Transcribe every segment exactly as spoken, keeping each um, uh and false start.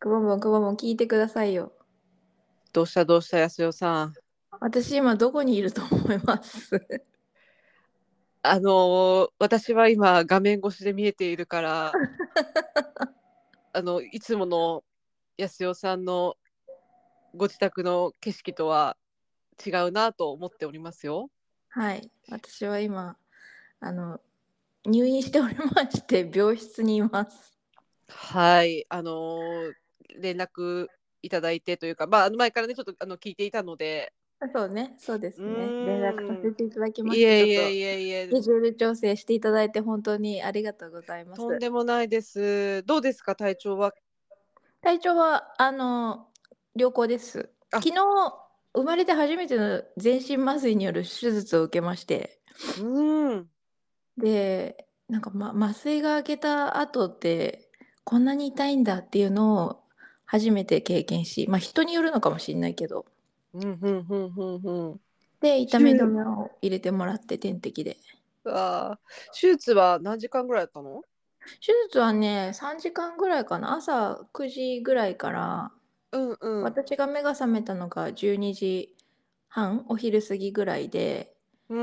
くぼもくぼも聞いてくださいよ。 どうしたどうしたやすよさん。 私今どこにいると思います？ あのー私は今画面越しで見えているから、あのいつものやすよさんのご自宅の景色とは違うなと思っておりますよ。 はい。私は今、あの、入院しておりまして、病室にいます。 はい、あのー連絡いただいてというか、まあ、あの前からねちょっとあの聞いていたので、 あそうね、そうでうすね。連絡さーん、 せていただきまいして、ちょっとえいえいえいえ、 スケジュール調整していただいて本当にありがとうございます。 とんでもないです。どうですか体調は？ 体調は、あの、良好です。 あ、 昨日、生まれて初めての全身麻酔による手術を受けまして、 うーん、 で、なんか、ま麻酔が明けた後って、こんなに痛いんだっていうのを初めて経験し、ま、人によるのかもしんないけど、 うんうんうんうんうん。 で、痛み止手めを入れてもらって点滴で。 あー手術は何時間ぐらいだったの？ 手術はね、さんじかんぐらいかな、朝くじぐらいから、 うんうん。 私が目が覚めたのがじゅうにじはん、お昼過ぎぐらいで、 うん。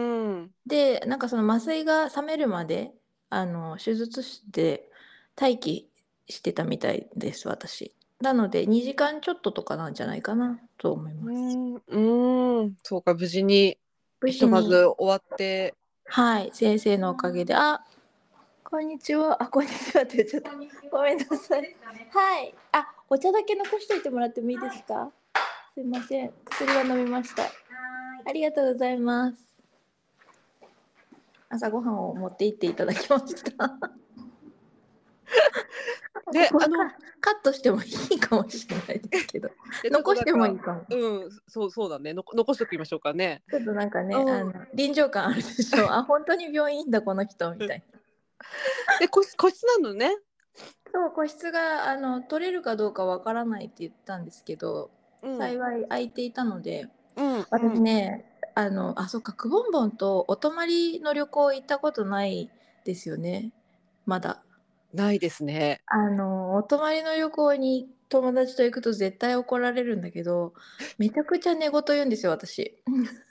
で、なんかその麻酔が覚めるまで、あの、手術室で待機してたみたいです、私。なので、にじかんちょっととかなんじゃないかなと思いうます。 ん、うん、そうか、無事にひとまず無事に、 終わって。 はい、先生のおかげで、あ、こんにちは。あ、こんにちはって言っちゃった。ごめんなさい。はい。あ、お茶だけ残しといてもらってもいいですか？すいません。薬は飲みました。ありがとうございます。朝ごはんを持って行っていただきました。 で、 これカあの、 カットしてもいいかもしれないですけど、 で、ちょっと残してもいなんか、 いかも。 うん、そうそうだね、の残しておきましょうかね。 ちょっとなんかね、あうん。 の、臨場感あるでしょ。あ、本当に病院だこの人みたいな。 で、個室、個室なのね。 そう、個室があの取れるかどうかわからないって言ったんですけど、 うん、 幸い空いていたので、 うん、う私ん。 ね、あの、あ、そっか、くぼんぼんとお泊まりの旅行行ったことないですよね、まだ。 ないですね。 あの、お泊まりの旅行に友達と行くと絶対怒られるんだけど、めちゃくちゃ寝言言うんですよ、私。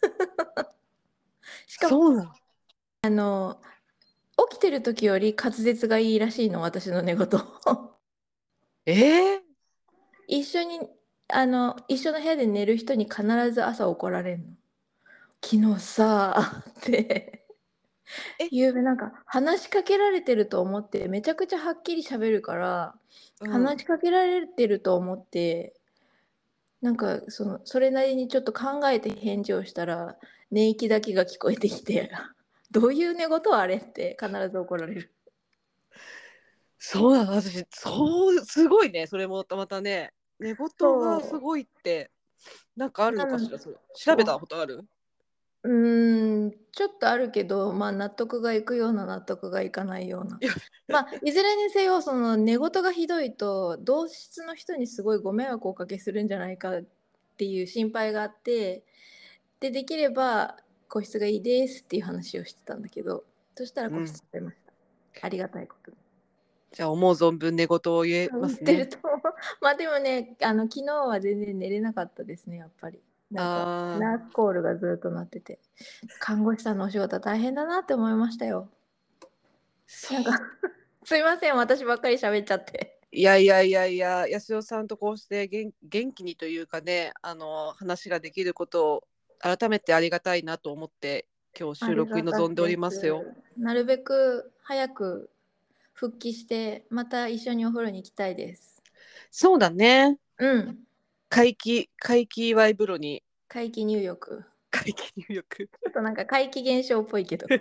しかも、 そうなの。 あの、起きてる時より滑舌がいいらしいの、私の寝言。 えー、 一緒に、あの、一緒の部屋で寝る人に必ず朝怒られるの。昨日さ、ってえ、 ゆうべなんか話しかけられてると思って、めちゃくちゃはっきり喋るから、 うん。 話しかけられてると思って、なんかその、それなりにちょっと考えて返事をしたら、寝息だけが聞こえてきて、どういう寝言あれって必ず怒られる。 そうなの、私、そう、すごいね、それもまたね、寝言がすそごいって、なんかあう。なのるのかしら、それ。調べたわことある？ うーん、ちょっとあるけど、まあ、納得がいくような納得がいかないような。 いや、 まあ、いずれにせよ、その寝言がひどいと、同室の人にすごいご迷惑をおかけするんじゃないかっていう心配があって、で、できれば個室がいいですっていう話をしてたんだけど、そしたら個室うん。 取れました。ありがたいことに。 じゃあ、思う存分寝言を言えうん、 ますね。 言ってるとまあ、でもね、あの、昨日は全然寝れなかったですね、やっぱり。なんか、 ああ、 ナースコールがずっと鳴ってて、看護師さんのお仕事は大変だなって思いましたよ。 そなんかう。 すいません、私ばっかり喋っちゃって。 いやいやいやいや、安代さんとこうして元元気にというかね、あの話ができることを改めてありがたいなと思って、今日収ありがたい録に臨んでおりです。 ますよ。 なるべく早く復帰して、また一緒にお風呂に行きたいです。 そうだね。 うん。 怪奇、怪奇祝い風呂に、 皆既入浴。 怪奇入浴。 ちょっとなんか怪奇現象っぽいけど。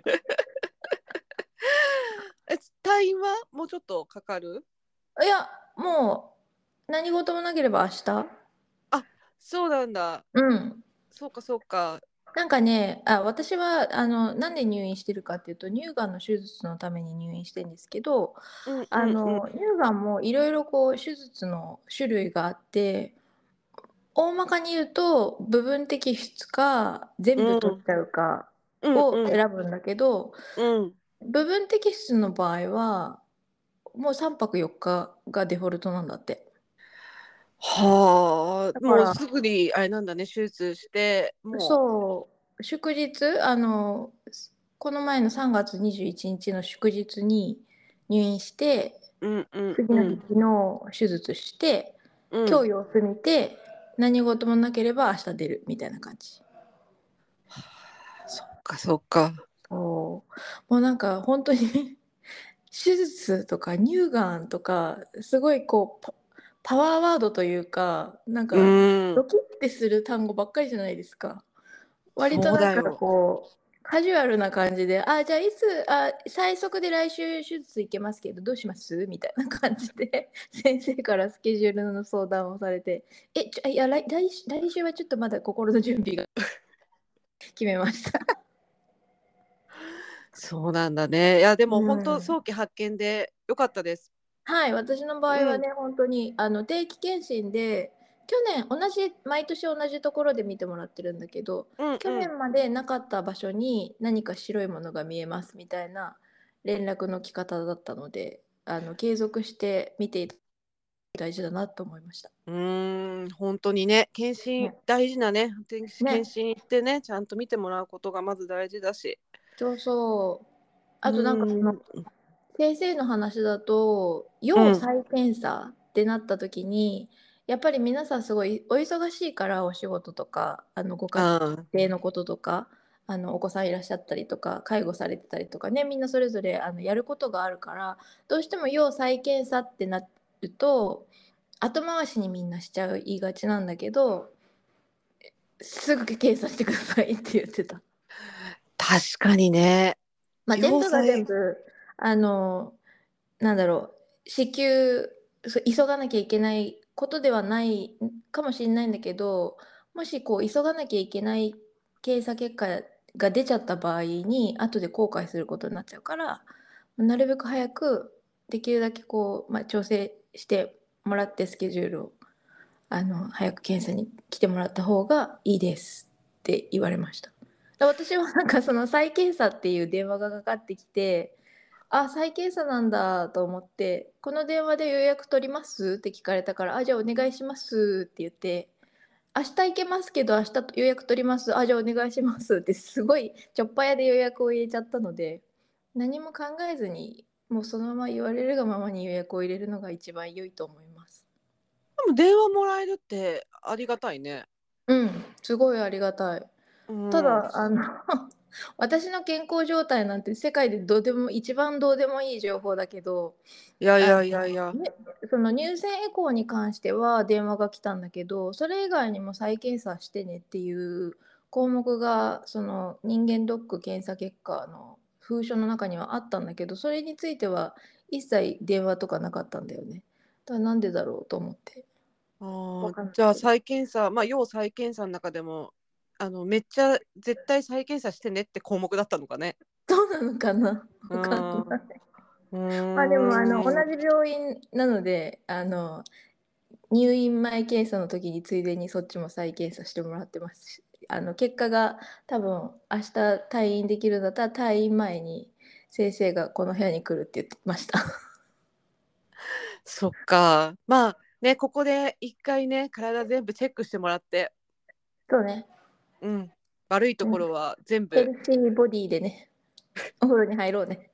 え、退院はもうちょっとかかる？ いや、もう何事もなければ明日。 あ、そうなんだ。 うん。 そうかそうか。 なんかね、あ、私はあの、なんで入院してるかっていうと、乳がんの手術のために入院してんですけど、 うんうんうん。 あの、乳がんもいろいろこう手術の種類があって、大まかに言うと、部分的出か、全部うん取っちゃうかうんをうん選ぶんだけど、 うん。 部分摘出の場合は、もうさんぱくよっかがデフォルトなんだって。 はあ、 だからもうすぐにあれなんだね、手術してもそう、祝日、あの、この前のさんがつにじゅういちにちの祝日に入院して、 う、うんうん次の日、 うん昨日手術して、 うん今日様子見て、何事もなければ明日出るみたいな感じ。 そっかそっか。 そう。もうなんか本当に手術とか乳がんとか、すごいこうパパワーワードというか、なんうかーん、 ドキッてする単語ばっかりじゃないですか。割となんかそうだよ。 こう、カジュアルな感じで、あ、じゃあいつ、あ、最速で来週手術行けますけど、どうしますみたいな感じで、先生からスケジュールの相談をされて、え、ちょ、いや、来来来週はちょっとまだ心の準備が決めました。 そうなんだね。いやでうも本当ん。 早期発見でよかったです。 はい、私の場合うんはね、本当にあの定期検診で、去年同じ毎年同じところで見てもらってるんだけど、去うんうん。 年までなかった場所に何か白いものが見えますみたいな連絡の来方だったので、あの継続して見ていた大事だなと思いました。 うーん、本当にね、検診ね。 大事なね、検ね。 検診行ってね、ちゃんと見てもらうことがまず大事だし。 そうそう。 うあとなんかそのーん、 先生の話だと、要うん、 再検査ってなった時に、やっぱり皆さんすごいお忙しいから、お仕事とか、あの、ご家ああ、 庭のこととか、あの、お子さんいらっしゃったりとか、介護されてたりとかね、みんなそれぞれ、あの、やることがあるから、どうしても要再検査ってなると、後回しにみんなしちゃいがちなんだけど、すぐ検査してくださいって言ってた。 確かにね。 まあ、全部が全要塞、 部、あの、なんだろう、至急、そ急がなきゃいけないことではないかもしれないんだけど、もしこう急がなきゃいけない検査結果が出ちゃった場合に、後で後悔することになっちゃうから、なるべく早く、できるだけこう、まあ、調整してもらってスケジュールを、あの、早く検査に来てもらった方がいいですって言われました。だ私はなんかその再検査っていう電話がかかってきて、あ、再検査なんだと思って、この電話で予約取りますって聞かれたから、あ、じゃあお願いしますって言って、明日行けますけど、明日予約取ります。あ、じゃあお願いしますってすごいちょっぱやで予約を入れちゃったので、何も考えずに、もうそのまま言われるがままに予約を入れるのが一番良いと思います。 でも電話もらえるってありがたいね。 うん、すごいありがたい。 うん。 ただ、あの私の健康状態なんて世界でどうでも一番どうでもいい情報だけど、あいやいやいやいや。 の、ね、その乳腺エコーに関しては電話が来たんだけど、それ以外にも再検査してねっていう項目が、その人間ドック検査結果の封書の中にはあったんだけど、それについては一切電話とかなかったんだよね。だからなんでだろうと思って。 あわーじゃあかんないけど。 再検査、まあ要再検査の中でもあのめっちゃ絶対再検査してねって項目だったのかね。 そうなのかな。 うわかんーん。 ない。 うまあでもあの同ーん。 じ病院なので、あの入院前検査の時についでにそっちも再検査してもらってますし、あの結果が多分明日退院できるんだったら退院前に先生がこの部屋に来るって言ってました。 そっか。まあね、ここで一回ね、体全部チェックしてもらって、 そうね。 うん、悪いとうん、 ころは全部、 ヘルシーボディでね、お風呂に入ろうね。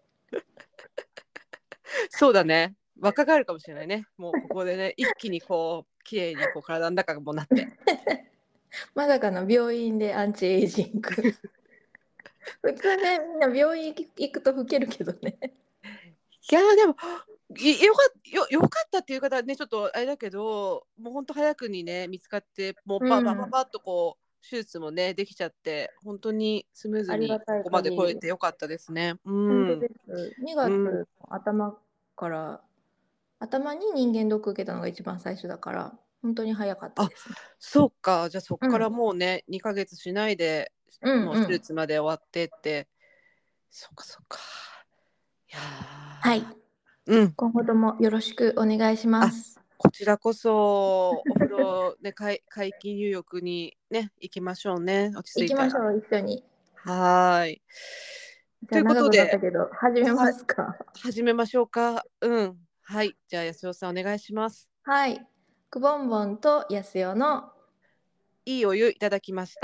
そうだね、若返るかもしれないね。もうここでね、一気にこう、綺麗にこう体の中がもうなって。 まさかの病院でアンチエイジング。普通ね、みんな病院行くと老けるけどね。 いやーでもいよかよよかったっていう方はねちょっとあれだけど、もうほんと早くにね見つかって、もううバババん、 バッとこう手術もねできちゃって、本当にスムーズありがにこたいこまで来れ限り。 てよかったですね。う本当ん。 です。2 うん。 月の頭から頭に人間ドック受けたのが一番最初だから、本当に早かったあ、 ですね。 そうか。じゃあそっからうん。 もうねにかげつしないでうんうん。 もう手術まで終わってって、そっかそっか。いやはい。 ー、うん。 今後ともよろしくお願いしまあ、 す。 こちらこそお風呂で皆皆既入浴にね行きましょうね。落ち着いたら。 行きましょう、一緒に。 はーい。というこじゃあ長くなったとで、 けど、始めまは、 すか。 始めましょうか。うん。はい。じゃあ、安代さんお願いします。 はい。 くぼんぼんとやすよのいいお湯いただきました。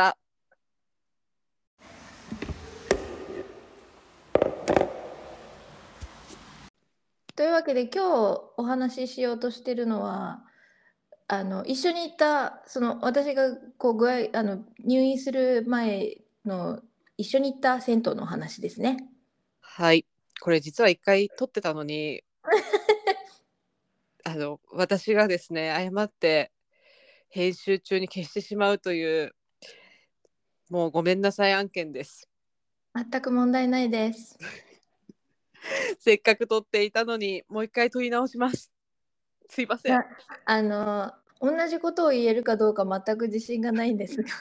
というわけで今日お話ししようとしてるのはあの一緒に行ったその私がこう具合あの入院する前の一緒に行った銭湯の話ですね。 はい、これ実は一回撮ってたのにあの私がですね誤って編集中に消してしまうというもうごめんなさい案件です。 全く問題ないです。 せっかく撮っていたのにもう一回撮り直します。すいません。 なあの同じことを言えるかどうか全く自信がないんですが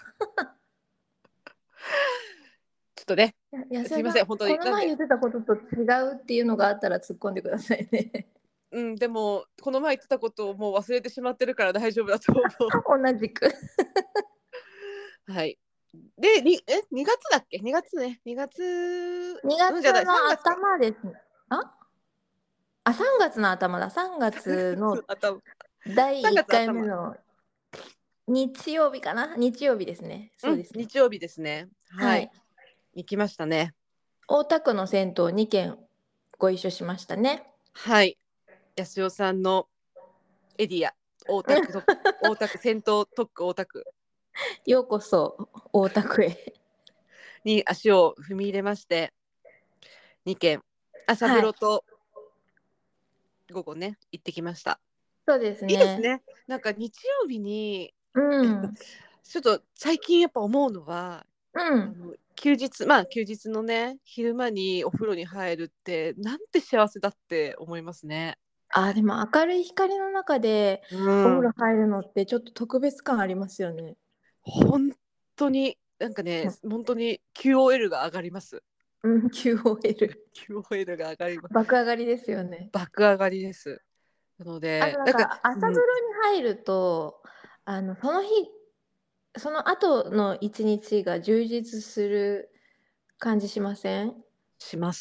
ちょっとねや安すいません田さん本当になんでこの前言ってたことと違うっていうのがあったら突っ込んでくださいねうんでもこの前言ってたことをもう忘れてしまってるから大丈夫だと思同じくう。はい。でにえにがつだっけにがつねにがつにがつうんじゃないさんのがつか頭です。ああさんがつの頭だ。さんがつの頭だい 3 1 月頭回目の日曜日かな日曜日ですね。 うんそうですね。 日曜日ですね。はいはい。 行きましたね。 大田区の銭湯にけんご一緒しましたね。 はい安代さんのエリア大田区と大田区銭湯特区大田区ようこそ大田区へ。 に足を踏み入れましてにけん朝風はい。 呂と午後ね行ってきました。 そうですいいですね。 ね。なんか日曜日にうやっぱん。 ちょっと最近やっぱ思うのはうん。 あの休日まあ休日のね昼間にお風呂に入るってなんて幸せだって思いますね。 あ、でも明るい光の中でうお風呂ん入るのってちょっと特別感ありますよね。 本当になんかね本当に キューオーエル が上がります。 うん、キューオーエル。 キューオーエル が上がります。 爆上がりですよね。 爆上がりです。なのあとでなんか、 なんか朝風呂うん、 に入ると、あのその日その後の一日が充実する感じしません？ します。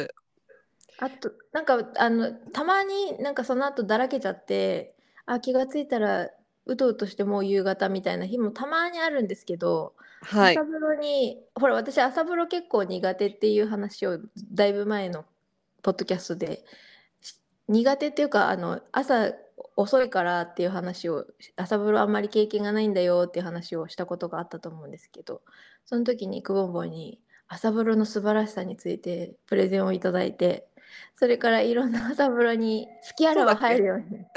あとなんかあのたまになんかその後だらけちゃって、あ、気がついたらうとうとしてもう夕方みたいな日もたまにあるんですけど、 はい。 朝風呂にほら私朝風呂結構苦手っていう話をだいぶ前のポッドキャストでし苦手っていうかあの朝遅いからっていう話を朝風呂あんまり経験がないんだよっていう話をしたことがあったと思うんですけど、その時にくぼんぼんに朝風呂の素晴らしさについてプレゼンをいただいて、それからいろんな朝風呂に好きあらばそうだっけ。 入るように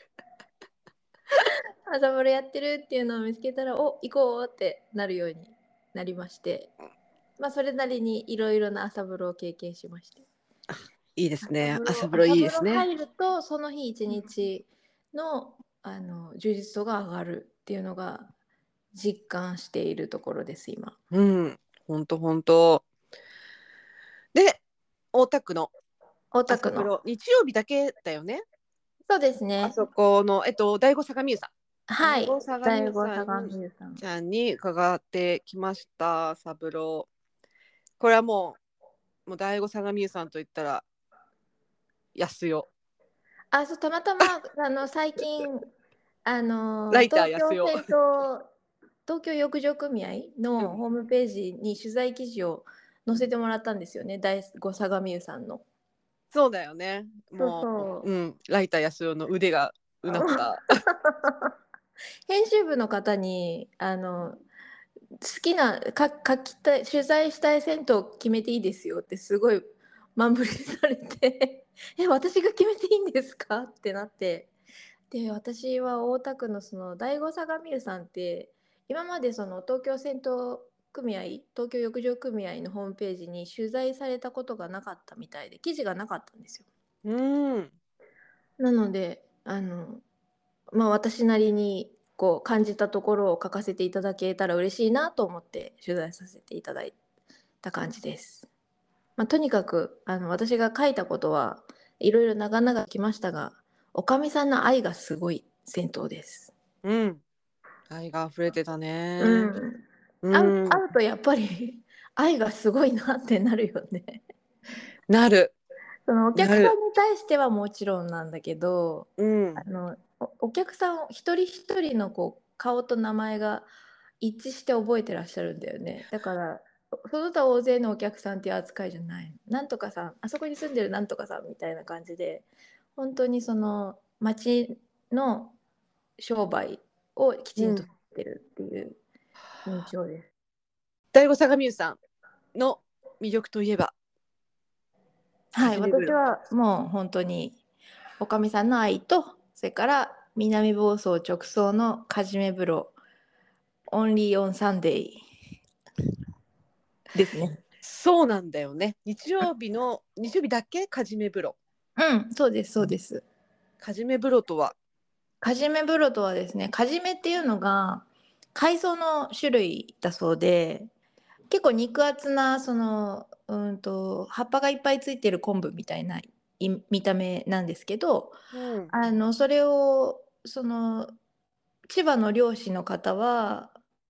朝風呂やってるっていうのを見つけたらお行こうってなるようになりまして、まあそれなりにいろいろな朝風呂を経験しまして、 いいですね。 朝風呂朝風呂いい朝風呂ですね。 入るとその日一日のあの充実度が上がるっていうのが実感しているところです今。 うん。本当本当。で大田区の大田区の朝風呂日曜日だけだよね。 そうですね。 あそこのえっと醍醐相模湯さんはい。 醍醐相模第五湯さん相模湯さん。 ちゃんに伺ってきました。朝風呂これはもうもう醍醐相模湯さんといったら安代あ、そうたまたまあの最近あのライター東安代京銭湯東京浴場組合うんのホームページに取材記事を載せてもらったんですよね。第五相模湯さんの。 そうだよね。 そうもう、 そう。 うん、ライター安代の腕がうなった。 編集部の方にあの好きなか書きたい取材したい銭湯決めていいですよってすごい満振りされてえ私が決めていいんですかってなって、で私は大田区のその第五相模湯さんって今までその東京銭湯組合東京浴場組合のホームページに取材されたことがなかったみたいで記事がなかったんですよ。 うん。 なのであのまあ私なりにこう感じたところを書かせていただけたら嬉しいなと思って取材させていただいた感じです。まあ、とにかくあの私が書いたことはいろいろ長々きましたが、おかみさんの愛がすごい銭湯です。 うん。愛が溢れてたうね。 ん。会ううん。 会うとやっぱり愛がすごいなってなるよね。 なる。 そのお客なる。 さんに対してはもちろんなんだけど、 うん。 あのお、お客さん一人一人のこう顔と名前が一致して覚えてらっしゃるんだよね。だから、そその他大勢のお客さんっていう扱いじゃない。なんとかさん、あそこに住んでるなんとかさんみたいな感じで、本当にその町の商売をきちんとしうん。 てるっていう印象です。 大悟相模湯さんの魅力といえば、かはい、 じめ風呂。 私はもう本当におかみさんの愛と、それから南房総直送のかじめ風呂、オンリーオンサンデーですね。 そうなんだよね。日曜日の、日曜日だけかじめ風呂。 うん、そうです、そうです。 かじめ風呂とは。 かじめ風呂とはですね、かじめっていうのが海藻の種類だそうで、結構肉厚なそのうんと葉っぱがいっぱいついてる昆布みたいない見た目なんですけど、 うん。 あのそれをその千葉の漁師の方は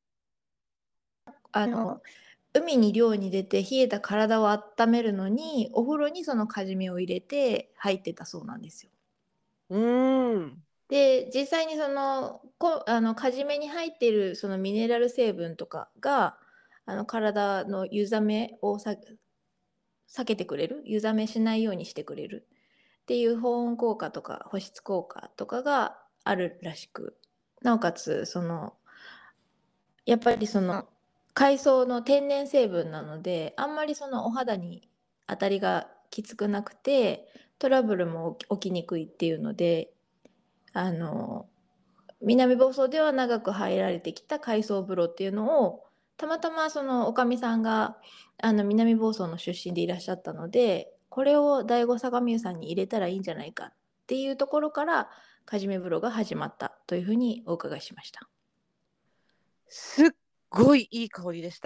あの海に漁に出て冷えた体を温めるのにお風呂にそのかじめを入れて入ってたそうなんですよ。 うーん。 で、実際にその、こあの、かじめに入っているそのミネラル成分とかが、あの、体の湯冷めをさ避けてくれる、湯冷めしないようにしてくれるっていう保温効果とか保湿効果とかがあるらしく、なおかつその、やっぱりその海藻の天然成分なので、あんまりそのお肌に当たりがきつくなくて、トラブルも起き起きにくいっていうので、あの南房総では長く入られてきた海藻風呂っていうのをたまたまそのおかみさんがあの南房総の出身でいらっしゃったので、これを醍醐相模湯さんに入れたらいいんじゃないかっていうところからかじめ風呂が始まったというふうにお伺いしました。 すっごいいい香りでした。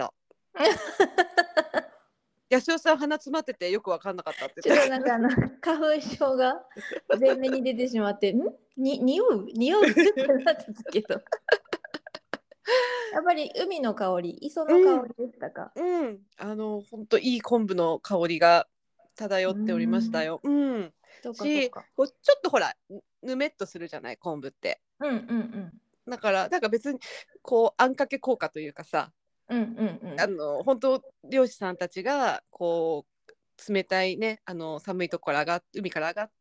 八代さん鼻詰まっててよく分かんなかったってちょっ言ってたけど。 となんかあの花粉症が前面に出てしまって、んに匂う匂うってなってたけど、やっぱり海の香り、磯の香りでしたか？ うん、あの本当いい昆布の香りが漂うーっておりましたん、 よ。うん。 そうかそうし、 か。 こうちょっとほらぬぬめっとするじゃない昆布って。 うんうんうん。 だからなんか別にこうあんかけ効果というかさ、 うんうんうん。 あの本当漁師さんたちがこう冷たいねあの寒いところから上がっ海から上がって、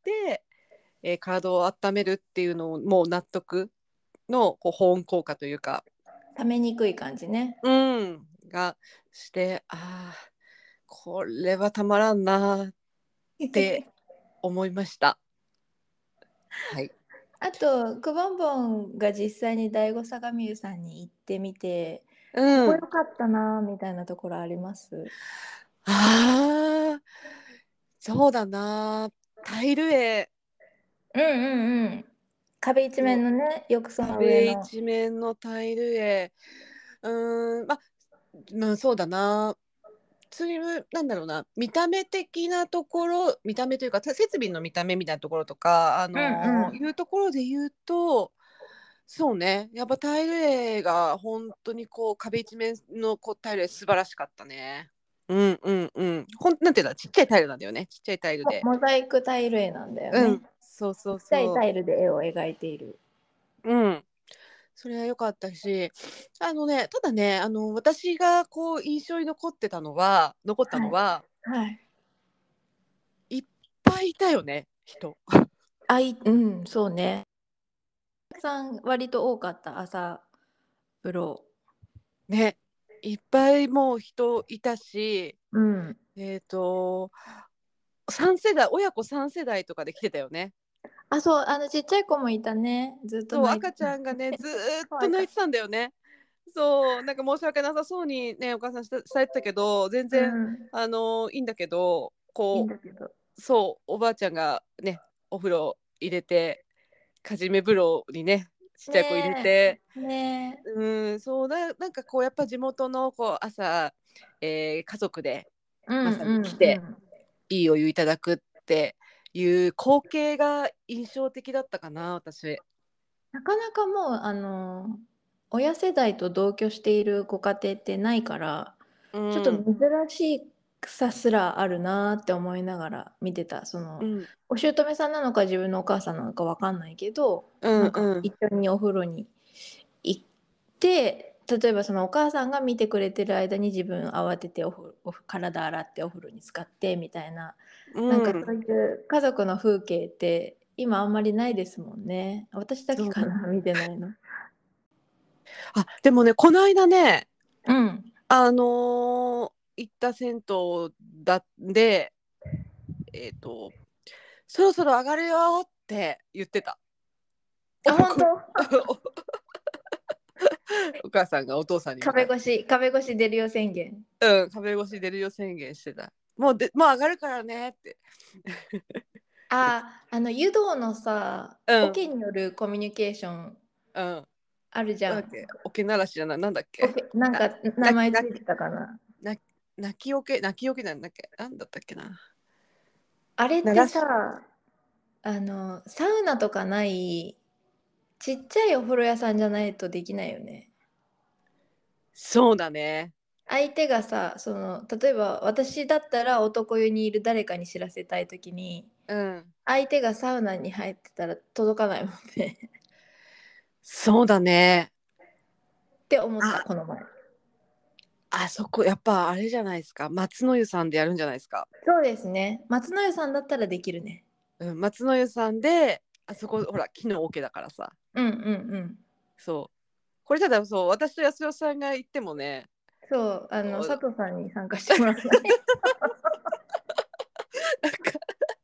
えー体を温めるっていうのをもう納得のこう保温効果というか、 冷めにくい感じね。 うんがして、ああこれはたまらんなって思いました。はい。 あと、くぼんぼんが実際に醍醐相模湯さんに行ってみて、ここ良うん。 かったなみたいなところあります？ ああ、そうだな。タイル絵うんうんうん。壁一面ののね、浴槽の上の。 壁一面のタイル絵。うーん、ま、まあ、そうだな。そういうなんだろうな、見た目的なところ、見た目というか設備の見た目みたいなところとか、あうんのうん。 いうところで言うと、そうね、やっぱタイル絵が本当にこう壁一面のこうタイル絵素晴らしかったね。うんうんうん。ほんなんていうのちっちゃいタイルなんだよね。ちっちゃいタイルで。 モモザイクタイル絵なんだよね。 うん、そうそうちっちゃいタそイルで絵を描いている。 う。うん。それは良かったし、あのね、ただね、あの私がこう印象に残ってたのは、残ったはい。 のは、 はい。 いっぱいいたよね、人。 あい、うん、そうね。たくさん割と多かった朝風呂。 ね、いっぱいもう人いたし、 うん。 えっ、とさん世代、親子さん世代とかで来てたよね。 あ、そう、あのちっちゃい子もいたね。ずっとそう、 泣いて赤ちゃんがね、ずーっ可愛かった。 と泣いてたんだよね。そう、なんか申し訳なさそうにね、お母さんしたされてたけど、全う然、 ん。 あのいいんだけど、 いいんこだけど。 う、そう、おばあちゃんがね、お風呂入れて、かじめ風呂にね、ちっちゃい子入れねて、 え。ねえ。 うん、そうだ、なんかこう、やっぱ地元のこう朝、えー家族でうんまさにうん来て、 うん。 いいお湯いただくっていう光景が印象的だったかな、私。 なかなかもう、あの、親世代と同居しているご家庭ってないから、 うちょっとん、 珍しいさすらあるなって思いながら見てた。その、 うんお姑さんなのか自分のお母さんなのかわかんないけど、 うんなんかうん一緒にお風呂に行って、例えばそのお母さんが見てくれてる間に自分慌てておふおふ体洗ってお風呂に浸かってみたいな、なんかうんそういう家族の風景って今あんまりないですもんね。私だけそう。 かな、見てないの。 あ、でもね、この間ね、 うん。 あのー行った銭湯だで、えっ、と、そろそろ上がるよって言ってた。おあ、本当。 こお母さんがお父さんに向かって、 壁越し、壁越し出るよ宣言。 うん、壁越し出るよ宣言してた。もうで、もう上がるからねって。 あ、あの湯道のさ、 うん、 オケによるコミュニケーションうん。 あるじゃん。 なんだっけ、桶鳴らしじゃない、なんだっけ。 オケ、なんな、 か名な、な、 前ついてたかな。 な、泣きおけ、泣きおけなんだっけ、なんだったっけな。 あれって鳴らし、 さ、あの、サウナとかないちっちゃいお風呂屋さんじゃないとできないよね。 そうだね。 相手がさ、その、例えば私だったら男湯にいる誰かに知らせたいときに、 うん。 相手がサウナに入ってたら届かないもんね。 そうだね。 って思った、 あ、 この前。 あそこ、やっぱあれじゃないですか。松の湯さんでやるんじゃないですか。 そうですね。松の湯さんだったらできるね。 うん、松の湯さんで、あそこ、ほら、木の桶だからさ。 うんうんうん。 そう。これただ、そう、私と安代さんが行ってもね、 そう、あの、 お佐藤さんに参加してもらわない。 なんか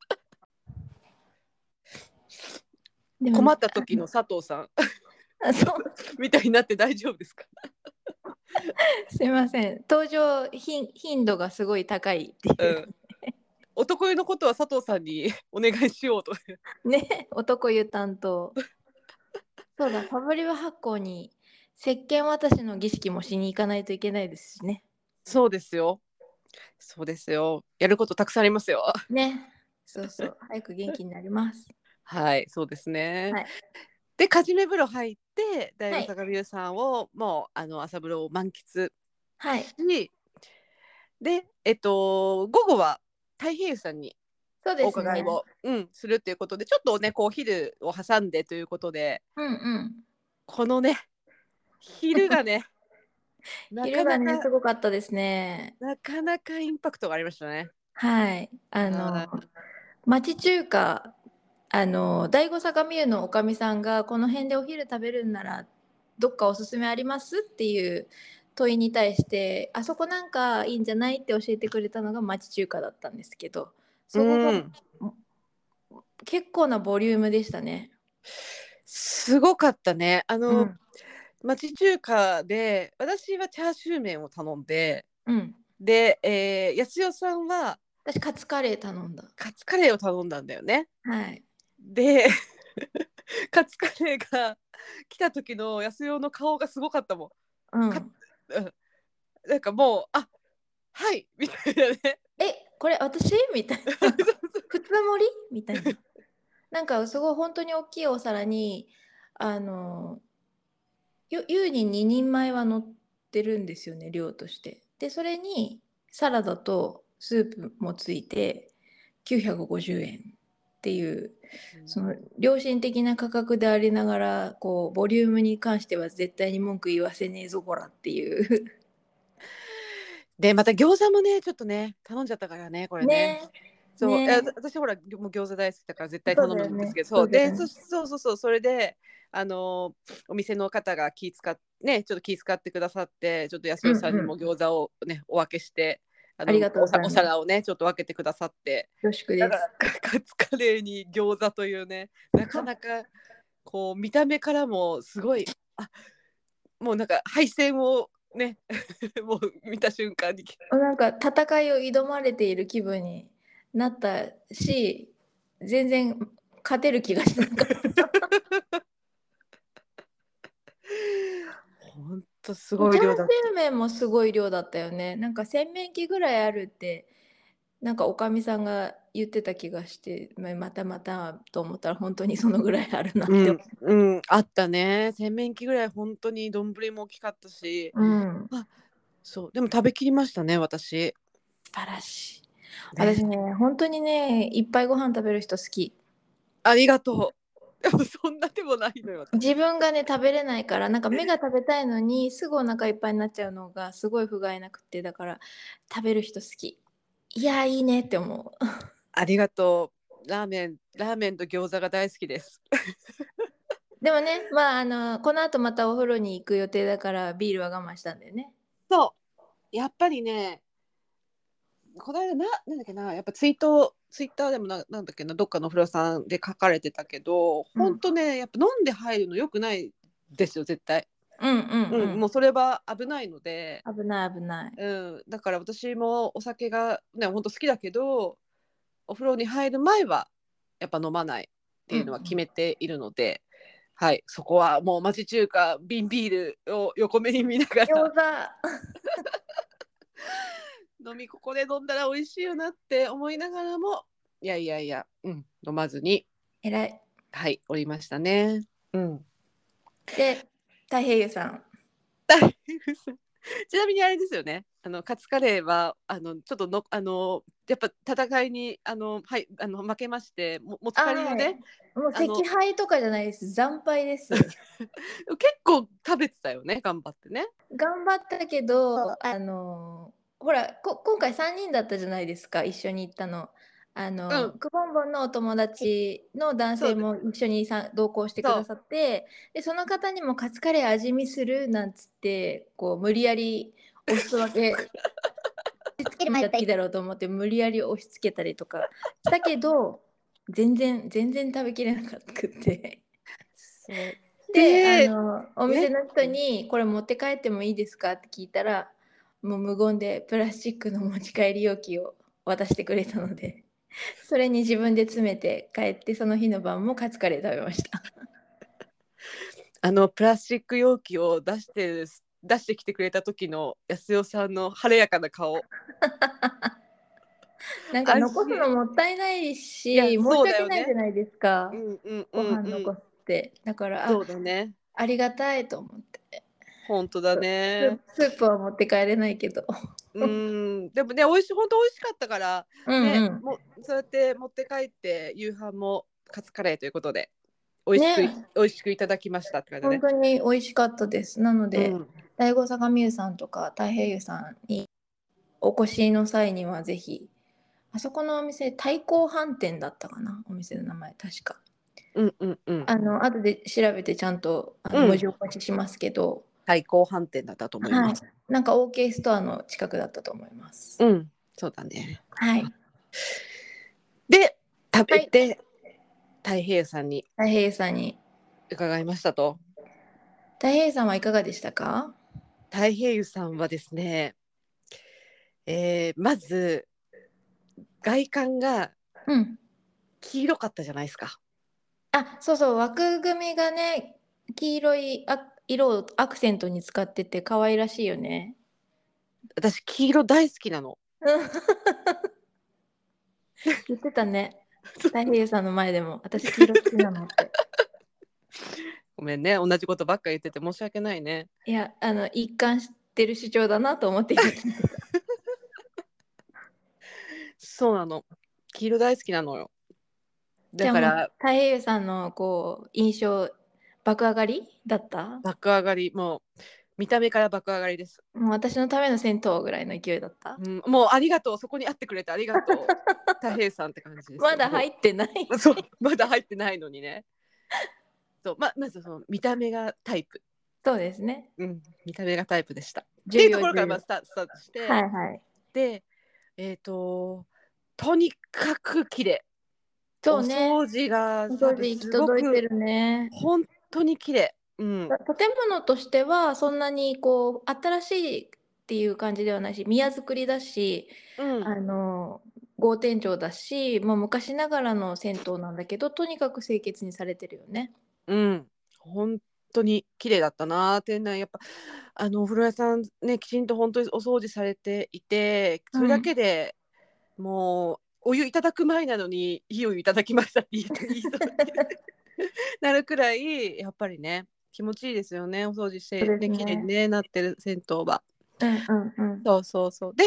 でも、 困った時の佐藤さんあ、そう、 みたいになって大丈夫ですか。 すいません。登場頻頻度がすごい高いっていう。 うん。男湯のことは佐藤さんにお願いしようと。 ね、男湯担当。そうだ、ファブリバ発行に石鹸渡しの儀式もしに行かないといけないですしね。 そうですよ。そうですよ。やることたくさんありますよ。 ね。そうそう。早く元気になります。 はい、そうですね。 はい。 で、かじめ風呂入って、大はい。 悟坂ビューさんをもうあの朝風呂を満喫はい。 し、で、えっと、午後は太平湯さんにそうでおすね。 伺いを、うん、するということで、ちょっとね、こう昼を挟んでということで、 うんうん。 このね、昼がね、な昼がね、 かなか、 すごかったですね。 なかなかインパクトがありましたね。 はい。あの、 あ町中華、あの、第五相模湯のおかみさんが、この辺でお昼食べるんなら、どっかおすすめありますっていう問いに対して、あそこなんかいいんじゃないって教えてくれたのが町中華だったんですけど、 うそこがん、 結構なボリュームでしたね。 すごかったね。あの、 うん。 町中華で、私はチャーシュー麺を頼んで、 うん。 で、えー、安代さんは私、カツカレー頼んだ。 カツカレーを頼んだんだよね。 はい。 で、カツカレーが来た時の安代の顔がすごかったもん。かうん。 うん、なんかもう、あ、はいみたいなね。 え、これ私みたいな。普通盛りみたいな。なんかすごい本当に大きいお皿に、あの、ゆ優にににんまえは乗ってるんですよね、量として。で、それにサラダとスープもついてきゅうひゃくごじゅうえんっていう、その良心的な価格でありながら、こう、ボリュームに関しては絶対に文句言わせねえぞ、こらっていう。 で、また餃子もね、ちょっとね、頼んじゃったからね、これね。 ねえ、 そう、えね私ほら、もう餃子大好きだから絶え、 対頼そうだよね、 むんですけど、そうで、 そうだよね。 そそうそうそう、それで、あのーお店の方が気使っね、ちょっと気遣ってくださって、ちょっと安代さんにうんうん。 も餃子をね、お分けして、あのありがとうおさおございます。 皿をね、ちょっと分けてくださって、 恐縮だからです。 カカツカレーに餃子というね、なかなかこう見た目からもすごい、あ、もうなんか配線をね、もう見た瞬間に、 なんか戦いを挑まれている気分になったし、全然勝てる気がしなかった。 ほんとすチャーシごい量だった。 ュー麺もすごい量だったよね。なんか洗面器ぐらいあるって、なんかおかみさんが言ってた気がして、ままたまたと思ったら本当にそのぐらいあるなって思うん、うん、あったね。洗面器ぐらい本当に丼も大きかったし、 う。うん。 あ、そう、でも食べきりましたね、私。 晴らしい。 ね、 私ね、本当にね、いっぱいご飯食べる人好き。 ありがとう。でもそんなでもないのよ私。 自分がね、食べれないから、なんか目が食べたいのに、すぐお腹いっぱいになっちゃうのがすごい不甲斐なくって、だから食べる人好き。いや、いいねって思う。 ありがとう。ラーメンラーメンと餃子が大好きです。 でもね、まあ、あの、この後またお風呂に行く予定だから、ビールは我慢したんだよね。 そうやっぱりね、この間な、なんだっけな、やっぱツイート、ツイッターでもな、なんだっけな、どっかのお風呂さんで書かれてたけど、 うん。 ほんとね、やっぱ飲んで入るの良くないですよ、絶対。 うんうんうん、 うん。 もうそれは危ないので、 危ない危ない。 うん、だから私もお酒がね、ほんと好きだけど、お風呂に入る前はやっぱ飲まないっていうのは決うんうん。 めているので、はい、そこはもう町中華瓶ビールを横目に見ながら餃子。 飲みここで飲んだら美味しいよなって思いながらも、いやいやいや、うん、飲まずに、 えらい。 はいおりましたね。うん。 で、太平洋さん。 ちなみにあれですよね。あのカツカレーはあのちょっとのあのやっぱ戦いにあのはいあの負けまして、も持ちあ、 帰りのね、 はい。もうあの惜敗とかじゃないです。惨敗です。 結構食べてたよね、頑張ってね。 頑張ったけど、あの、ほら、こ今回さんにんだったじゃないですか、一緒に行ったの。あの、 うん、 くぼんぼんのお友達の男性そうでも一緒にさ同行してくそうださって、で、その方にもカツカレー味見するなんつって、こう無理やりお裾分けつける前だったらいいだろうと思って無理やり押し付けたりとかしたけど、全然全然食べきれなかったくって。 そうで、あでの、お店ね、 の人に「これ持って帰ってもいいですか？」って聞いたら、もう無言でプラスチックの持ち帰り容器を渡してくれたので、それに自分で詰めて帰って、その日の晩もカツカレー食べました。 あのプラスチック容器を出して出してきてくれた時の安代さんの晴れやかな顔、 なんか残すの味、 もったいないいやし、申しそうだ訳よね。 ないじゃないですか、 うんうんごうんうん、 飯残すって。だから、あ、 そうだね。 ありがたいと思って。 本当だそう、スね。 スープは持って帰れないけど。 うーん、でもね、美味しい、本当美味しかったから、ね、 うんうん。 もうそうやって持って帰って夕飯もカツカレーということで、美味しくいね。 美味しくいただきましたって感じだね。 本当に美味しかったです。なので、 うん。 第五相模湯さんとか太平湯さんにお越しの際にはぜひ、あそこのお店、太閤飯店だったかな、お店の名前確か。 うんうんうん。 あの、後で調べてちゃんとあのうん。 文字起こししますけど、 対抗飯店だったと思いはい。 ます。 なんか オーケー ストアの近くだったと思います。 うん、そうだね。 はい。 で、食はい。 べて太平さんに太平湯さんに。 伺いましたと。 太平湯さんはいかがでしたか？ 太平さんはですね、えーまず外観がうん。 黄色かったじゃないですか。 あ、そうそう、枠組みがね、黄色いあ色をアクセントに使ってて可愛らしいよね。 私黄色大好きなの。 うん。言ってたね。太平洋さんの前でも、私黄色好きなのって。 ごめんね、同じことばっか言ってて申し訳ないね。 いや、あの、一貫してる主張だなと思って今聞いてた。 そうなの。黄色大好きなのよ。 じゃあもう、 だから太平洋さんのこう、印象、爆上がりだった？ 爆上がり、もう見た目から爆上がりです。 もう私のための銭湯ぐらいの勢いだった？ うん、もうありがとう、そこに会ってくれてありがとう。太平さんって感じですよ。 まだ入もってない。 うそうまだ入ってないのにね。そうままずその見た目がタイプ。 そうですね。 うん、見た目がタイプでした。って重いうところからま要重要。 あスタスタートして、 はいはい。 で、えっ、ととにかく綺麗。おそうね。 掃除がお掃除行き多分すごく届いてるね。 本当に綺麗。うん。 建物としてはそんなにこう新しいっていう感じではないし、宮造りだし、 うん。 あの、格天井だし、もう昔ながらの銭湯なんだけど、とにかく清潔にされてるよね。 うん。本当に綺麗だったな。店内やっぱあのお風呂屋さんね、きちんと本当にお掃除されていて、それだうん。 けでもうお湯いただく前なのにいいお湯いただきましたって言い言いそうになるくらいやっぱりね、気持ちいいですよね。お掃除しそうてね、綺麗にですね。 ねなってる銭湯は。 うんうんうん。 そうそうそう。で、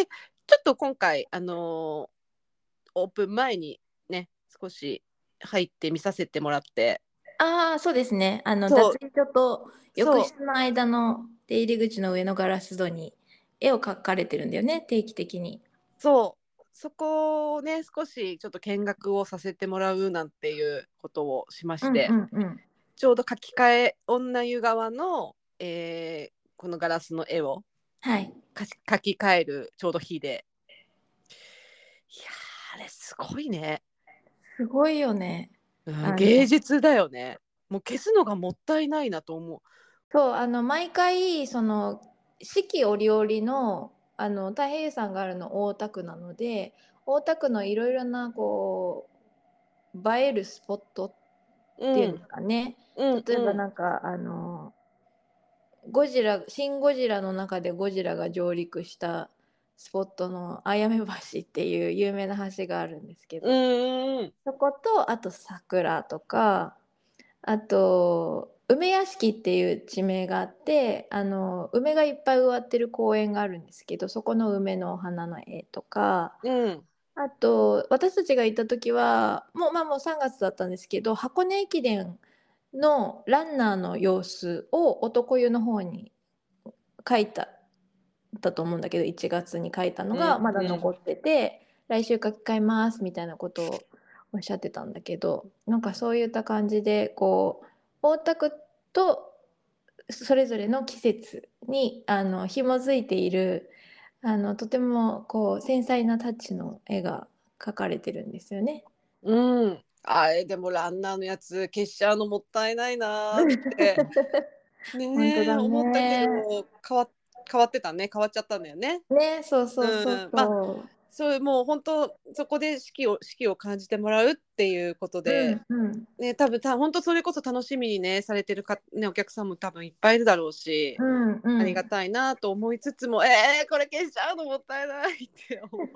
ちょっと今回あのーオープン前にね少し入って見させてもらって、 ああ、そうですね。あの、 そう脱衣所と浴そ室の間の出入り口の上のガラス戸に絵を描かれてるんだよね、定期的に。 うそうそこをね少しちょっと見学をさせてもらうなんていうことをしまうんうして、 んうん。 ちょうど書き換え女湯側の、えーこのガラスの絵をはい。 書き書き換えるちょうど日で、いやーあれすごいね、 すごいよね。 うん、 あの、 芸術だよね。もう消すのがもったいないなと思そう、あの、毎回、その、四季折々の、あの、太平山があるの大田区なので、大田区のいろいろな、こう、映えるスポットう。 っていうんですうんかね。 うん例えばうんなんか、あの、ゴジラ、シン・ゴジラの中でゴジラが上陸したスポットのあやめ橋っていう有名な橋があるんですけうど、 んうんそこと、あと桜とか、あと、梅屋敷っていう地名があって、あの、梅がいっぱい植わってる公園があるんですけど、そこの梅のお花の絵とか、 うんあと、私たちが行った時は、もう、まあもうさんがつだったんですけど、箱根駅伝のランナーの様子を男湯の方に書いた、だと思うんだけど、いちがつに書いたのうんがまだうん残ってて、来週書き換えますみたいなことをおっしゃってたんだけど、なんかそういった感じで、こう、大田区とそれぞれの季節にあの紐づいている、あのとてもこう繊細なタッチの絵が描かれてるんですよね。 うん。あれでもランナーのやつ消しちゃうのもったいないなーってねえ本当だ思ったけど、 ね。 変わ変わってたね、変わっちゃったんだよね。 ね、そうそうそううん、まあそそういうもう本当そこで四季を四季を感じてもらうっていうことう。うで、 んうん。 ね、多分た本当それこそ楽しみにねされてるか、ね、お客さんも多分いっぱいいるだろうし、 うんうん。 ありがたいなと思いつつも、えー、これ消しちゃうのもったいないって思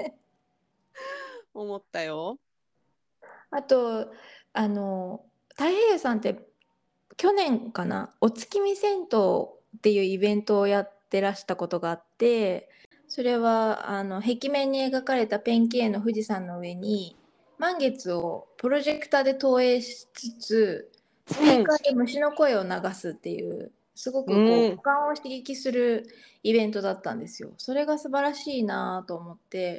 思ったよ。 あと、あの、太平洋さんって去年かな、お月見銭湯っていうイベントをやってらしたことがあって、それはあの壁面に描かれたペンキ絵の富士山の上に満月をプロジェクターで投影しつつ、スピーうんカーで虫の声を流すっていう、すごくこう五うん感を刺激するイベントだったんですよ。それが素晴らしいなと思って、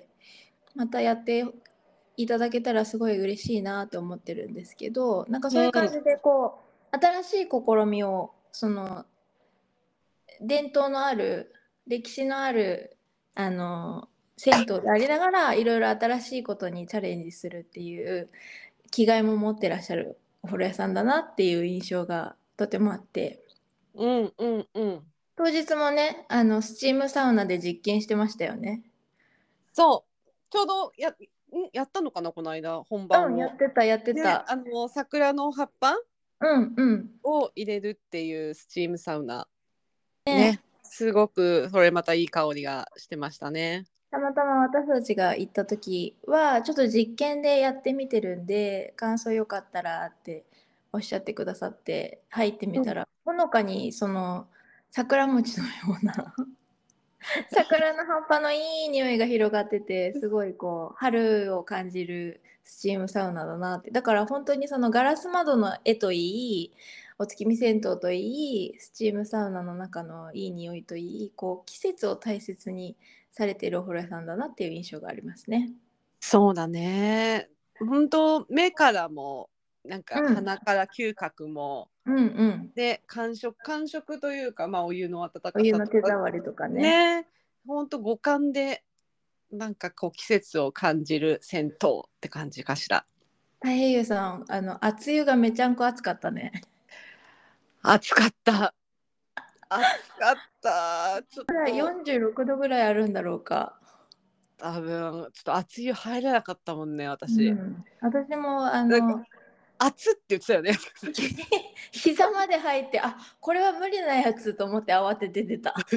またやっていただけたらすごい嬉しいなと思ってるんですけど、なんかそういう感うんじでこう新しい試みを、その伝統のある歴史のあるあの銭湯でありながらいろいろ新しいことにチャレンジするっていう気概も持ってらっしゃるお風呂屋さんだなっていう印象がとてもあって、 うんうんうん。 当日もね、あのスチームサウナで実験してましたよね。 そうちょうどやんやったのかなこの間本うん、や番を。 ってたやってね、 た。 あの桜の葉っぱうんうんを入れるっていうスチームサウナね。 ね、すごくそれまたいい香りがしてましたね。 たまたま私たちが行った時はちょっと実験でやってみてるんで、感想よかったらっておっしゃってくださって入ってみうん、 たら、ほのかにその桜餅のような桜の葉っぱのいい匂いが広がってて、すごいこう春を感じるスチームサウナだなって。だから本当にそのガラス窓の絵といい、お月見銭湯といい、スチームサウナの中のいい匂いといい、こう季節を大切にされているお風呂屋さんだなっていう印象がありますね。 そうだね。本当目からもなんかうん、 鼻から嗅覚もうんうん。 で感触感触というか、まあ、お湯の温お湯の手かさとか触りとかね。 ね、本当五感でなんかこう季節を感じる銭湯って感じかしら。 太平洋さん、あの、熱湯がめちゃんこ熱かったね。 暑かった暑かったちょっとよんじゅうろくどぐらいあるんだろうか。 多分ちょっと熱い湯入れなかったもんねう私。 ん、私もあなんかの熱って言ってたよね膝まで入って、あ、これは無理なやつと思って慌てて出た。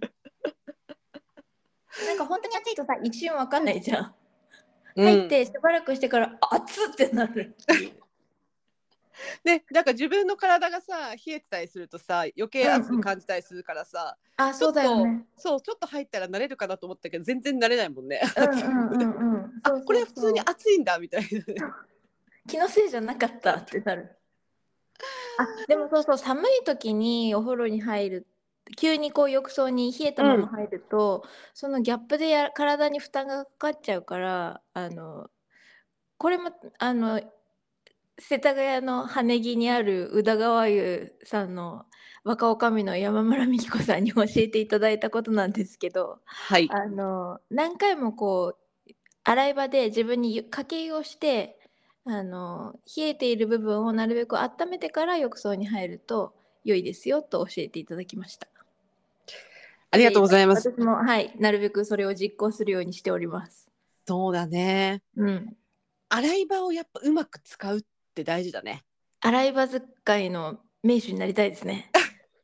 なんか本当に暑いとさ、一瞬わかんないじゃん。 うん入ってしばらくしてから、あ熱ってなるっていう。 ね、なんか自分の体がさ冷えてたりするとさ余計うんうん。 暑く感じたりするからさ、 あ、 ちょそうだよっとね。 そうちょっと入ったら慣れるかなと思ったけど全然慣れないもんね。 うんうんうんうん。 あ、 そうこれは普通にそうそう。 暑いんだみたいなね。 気のせいじゃなかったってなる。あ、でもそうそう、寒い時にお風呂に入る、急にこう浴槽に冷えたうん。 まま入ると、そのギャップでや体に負担がかかっちゃうから、あの、これもあの、世田谷の羽木にある宇田川湯さんの若女将の山村美紀子さんに教えていただいたことなんですけど、 はい。 あの、何回もこう洗い場で自分にゆかけ湯をして、あの、冷えている部分をなるべく温めてから浴槽に入ると良いですよと教えていただきました。 ありがとうで、 ございます。 私も、はい、なるべくそれを実行するようにしております。 そうだね。 うん。 洗い場をやっぱうまく使うって大事だね。 洗い場使いの名手になりたいですね。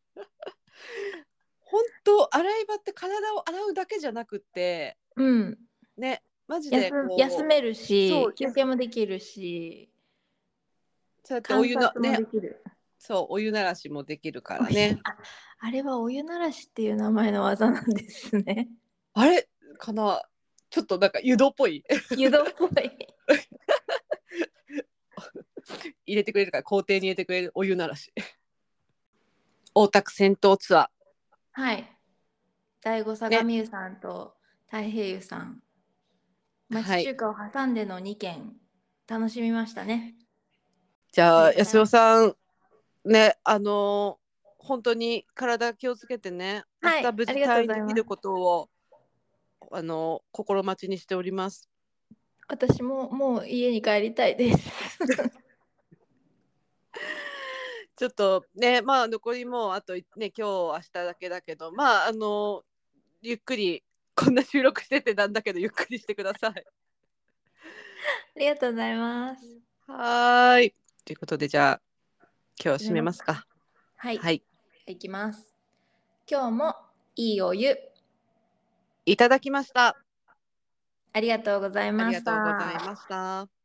本当洗い場って体を洗うだけじゃなくってうん。 ね、マジで休休こめるうそうやし休憩もできるし、 そうやってお湯の観察もねできる。 そうお湯ならしもできるかお湯らね。 あ、あれはお湯ならしっていう名前の技なんですね。 あれかな、ちょっとなんか湯道っぽい。 湯道っぽい。 入れてくれるから工程に入れてくれるお湯ならし。大田区銭湯ツアはい。第五ーね。 相模湯さんと太平湯さん、町はい。 中華を挟んでのにけん楽しみましたね。 じゃありあ安代がとうございます。 さんね、あのー本当に体気をつけてね、明はい、 日無事ありがとう退ございます。 院できることをあのー心待ちにしております。 私ももう家に帰りたいです。 ちょっとね、まあ残りもうあとね今日明日だけだけど、まああのゆっくりこんな収録しててなんだけどゆっくりしてください。 ありがとうございます。 はーい。ということでじゃあ今日は締締めますか。 めますか。 はい、 はい。 いきます。今日もいいお湯いただきました。 ありがとうございありましがとうございた。 ました。